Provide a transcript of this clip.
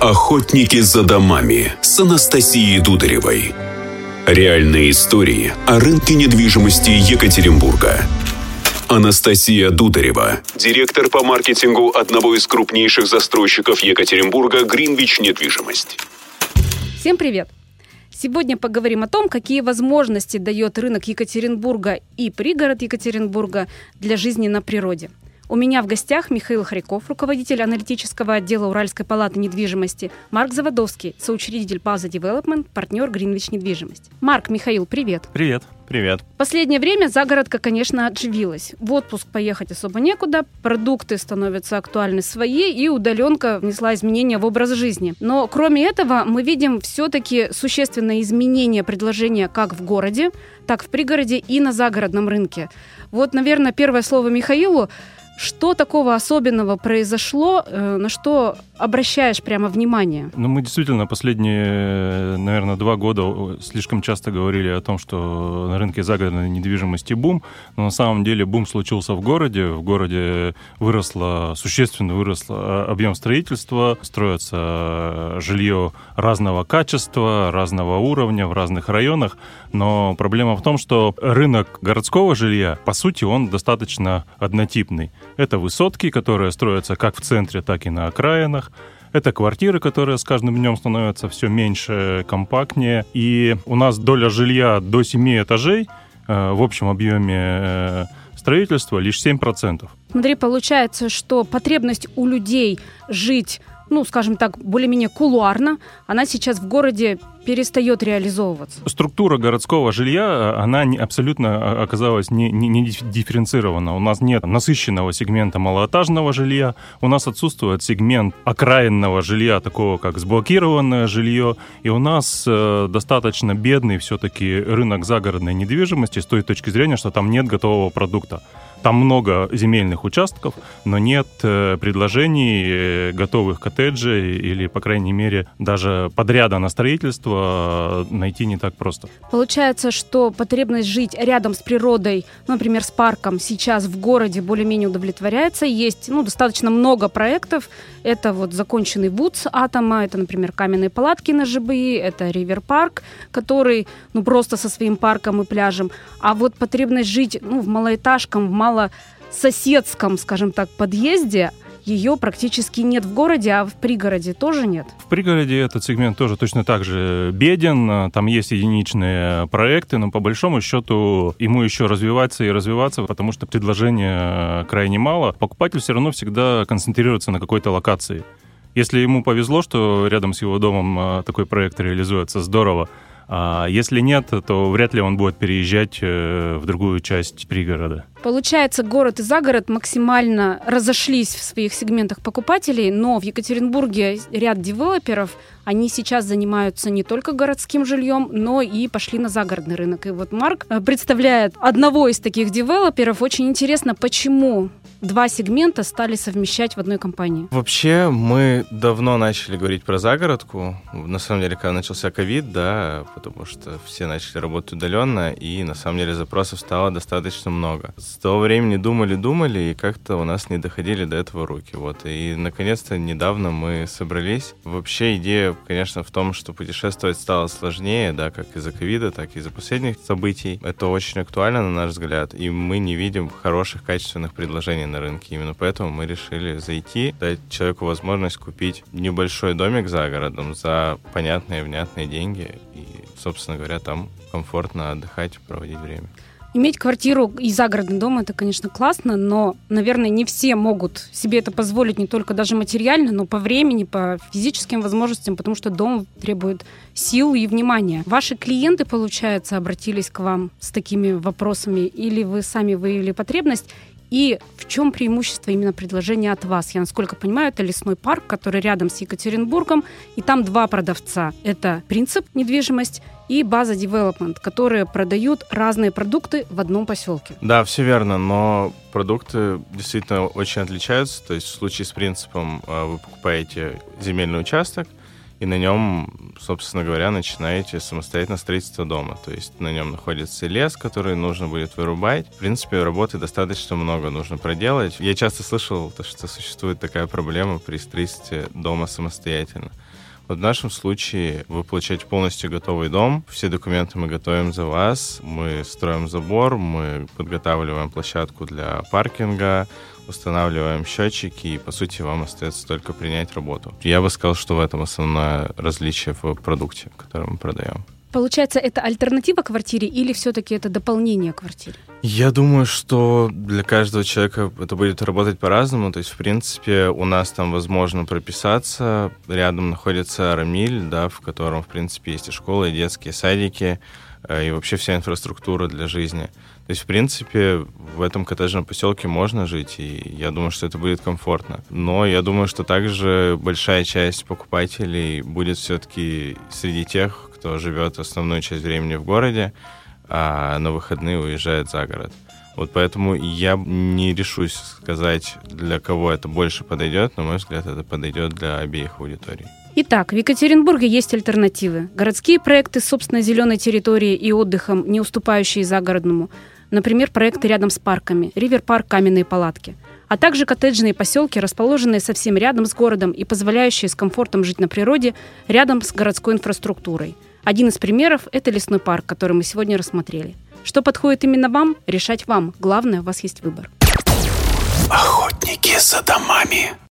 «Охотники за домами» с Анастасией Дударевой. Реальные истории о рынке недвижимости Екатеринбурга. Анастасия Дударева, директор по маркетингу одного из крупнейших застройщиков Екатеринбурга «Гринвич Недвижимость». Всем привет! Сегодня поговорим о том, какие возможности дает рынок Екатеринбурга и пригород Екатеринбурга для жизни на природе. У меня в гостях Михаил Хоряков, руководитель аналитического отдела Уральской палаты недвижимости, Марк Заводовский, соучредитель Plaza Development, партнер Гринвич Недвижимость. Марк, Михаил, привет! Привет! Привет. В последнее время загородка, конечно, отживилась. В отпуск поехать особо некуда, продукты становятся актуальны свои, и удаленка внесла изменения в образ жизни. Но кроме этого мы видим все-таки существенное изменение предложения как в городе, так в пригороде и на загородном рынке. Вот, наверное, первое слово Михаилу. Что такого особенного произошло, на что обращаешь прямо внимание? Мы действительно последние, наверное, 2 года слишком часто говорили о том, что на рынке загородной недвижимости бум, но на самом деле бум случился в городе. В городе существенно вырос объем строительства, строится жилье разного качества, разного уровня в разных районах, но проблема в том, что рынок городского жилья, по сути, он достаточно однотипный. Это высотки, которые строятся как в центре, так и на окраинах. Это квартиры, которые с каждым днем становятся все меньше, компактнее. И у нас доля жилья до 7 этажей в общем объеме строительства лишь 7%. Смотри, получается, что потребность у людей жить, скажем так, более-менее кулуарно, она сейчас в городе перестает реализовываться. Структура городского жилья, она абсолютно оказалась не дифференцирована. У нас нет насыщенного сегмента малоэтажного жилья, у нас отсутствует сегмент окраинного жилья, такого как сблокированное жилье, и у нас достаточно бедный все-таки рынок загородной недвижимости с той точки зрения, что там нет готового продукта. Там много земельных участков, но нет предложений готовых коттеджей или, по крайней мере, даже подряда на строительство найти не так просто. Получается, что потребность жить рядом с природой, например, с парком, сейчас в городе более-менее удовлетворяется. Есть достаточно много проектов. Это законченный ВУЦ Атома, это, например, каменные палатки на ЖБИ, это Ривер-парк, который просто со своим парком и пляжем. А вот потребность жить в малоэтажком, в малососедском, скажем так, подъезде, ее практически нет в городе, а в пригороде тоже нет. В пригороде этот сегмент тоже точно так же беден, там есть единичные проекты, но по большому счету ему еще развиваться и развиваться, потому что предложения крайне мало. Покупатель все равно всегда концентрируется на какой-то локации. Если ему повезло, что рядом с его домом такой проект реализуется, здорово. А если нет, то вряд ли он будет переезжать в другую часть пригорода. Получается, город и загород максимально разошлись в своих сегментах покупателей, но в Екатеринбурге ряд девелоперов, они сейчас занимаются не только городским жильем, но и пошли на загородный рынок. И вот Марк представляет одного из таких девелоперов. Очень интересно, почему 2 сегмента стали совмещать в одной компании? Вообще, мы давно начали говорить про загородку. На самом деле, когда начался ковид, потому что все начали работать удаленно, и на самом деле запросов стало достаточно много. С того времени думали, и как-то у нас не доходили до этого руки. И, наконец-то, недавно мы собрались. Вообще, идея, конечно, в том, что путешествовать стало сложнее, как из-за ковида, так и из-за последних событий. Это очень актуально, на наш взгляд, и мы не видим хороших, качественных предложений на рынке. Именно поэтому мы решили зайти, дать человеку возможность купить небольшой домик за городом за понятные, внятные деньги. И, собственно говоря, там комфортно отдыхать, проводить время. Иметь квартиру и загородный дом – это, конечно, классно, но, наверное, не все могут себе это позволить не только даже материально, но по времени, по физическим возможностям, потому что дом требует сил и внимания. Ваши клиенты, получается, обратились к вам с такими вопросами, или вы сами выявили потребность? И в чем преимущество именно предложения от вас? Я, насколько понимаю, это лесной парк, который рядом с Екатеринбургом, и там 2 продавца. Это «Принцип недвижимость» и «База Development», которые продают разные продукты в одном поселке. Да, все верно, но продукты действительно очень отличаются. То есть в случае с «Принципом» вы покупаете земельный участок, и на нем, собственно говоря, начинаете самостоятельно строительство дома. То есть на нем находится лес, который нужно будет вырубать. В принципе, работы достаточно много нужно проделать. Я часто слышал, что существует такая проблема при строительстве дома самостоятельно. Вот в нашем случае вы получаете полностью готовый дом, все документы мы готовим за вас, мы строим забор, мы подготавливаем площадку для паркинга, устанавливаем счетчики, и, по сути, вам остается только принять работу. Я бы сказал, что в этом основное различие в продукте, который мы продаем. Получается, это альтернатива квартире или все-таки это дополнение к квартире? Я думаю, что для каждого человека это будет работать по-разному. То есть, в принципе, у нас там возможно прописаться. Рядом находится Арамиль, да, в котором, в принципе, есть и школы, и детские садики, и вообще вся инфраструктура для жизни. То есть, в принципе, в этом коттеджном поселке можно жить, и я думаю, что это будет комфортно. Но я думаю, что также большая часть покупателей будет все-таки среди тех, кто живет основную часть времени в городе, а на выходные уезжает за город. Вот поэтому я не решусь сказать, для кого это больше подойдет. На мой взгляд, это подойдет для обеих аудиторий. Итак, в Екатеринбурге есть альтернативы. Городские проекты с собственной зеленой территорией и отдыхом, не уступающие загородному. Например, проекты рядом с парками, Ривер-парк, Каменные палатки. А также коттеджные поселки, расположенные совсем рядом с городом и позволяющие с комфортом жить на природе рядом с городской инфраструктурой. Один из примеров – это лесной парк, который мы сегодня рассмотрели. Что подходит именно вам, решать вам. Главное, у вас есть выбор. Охотники за домами.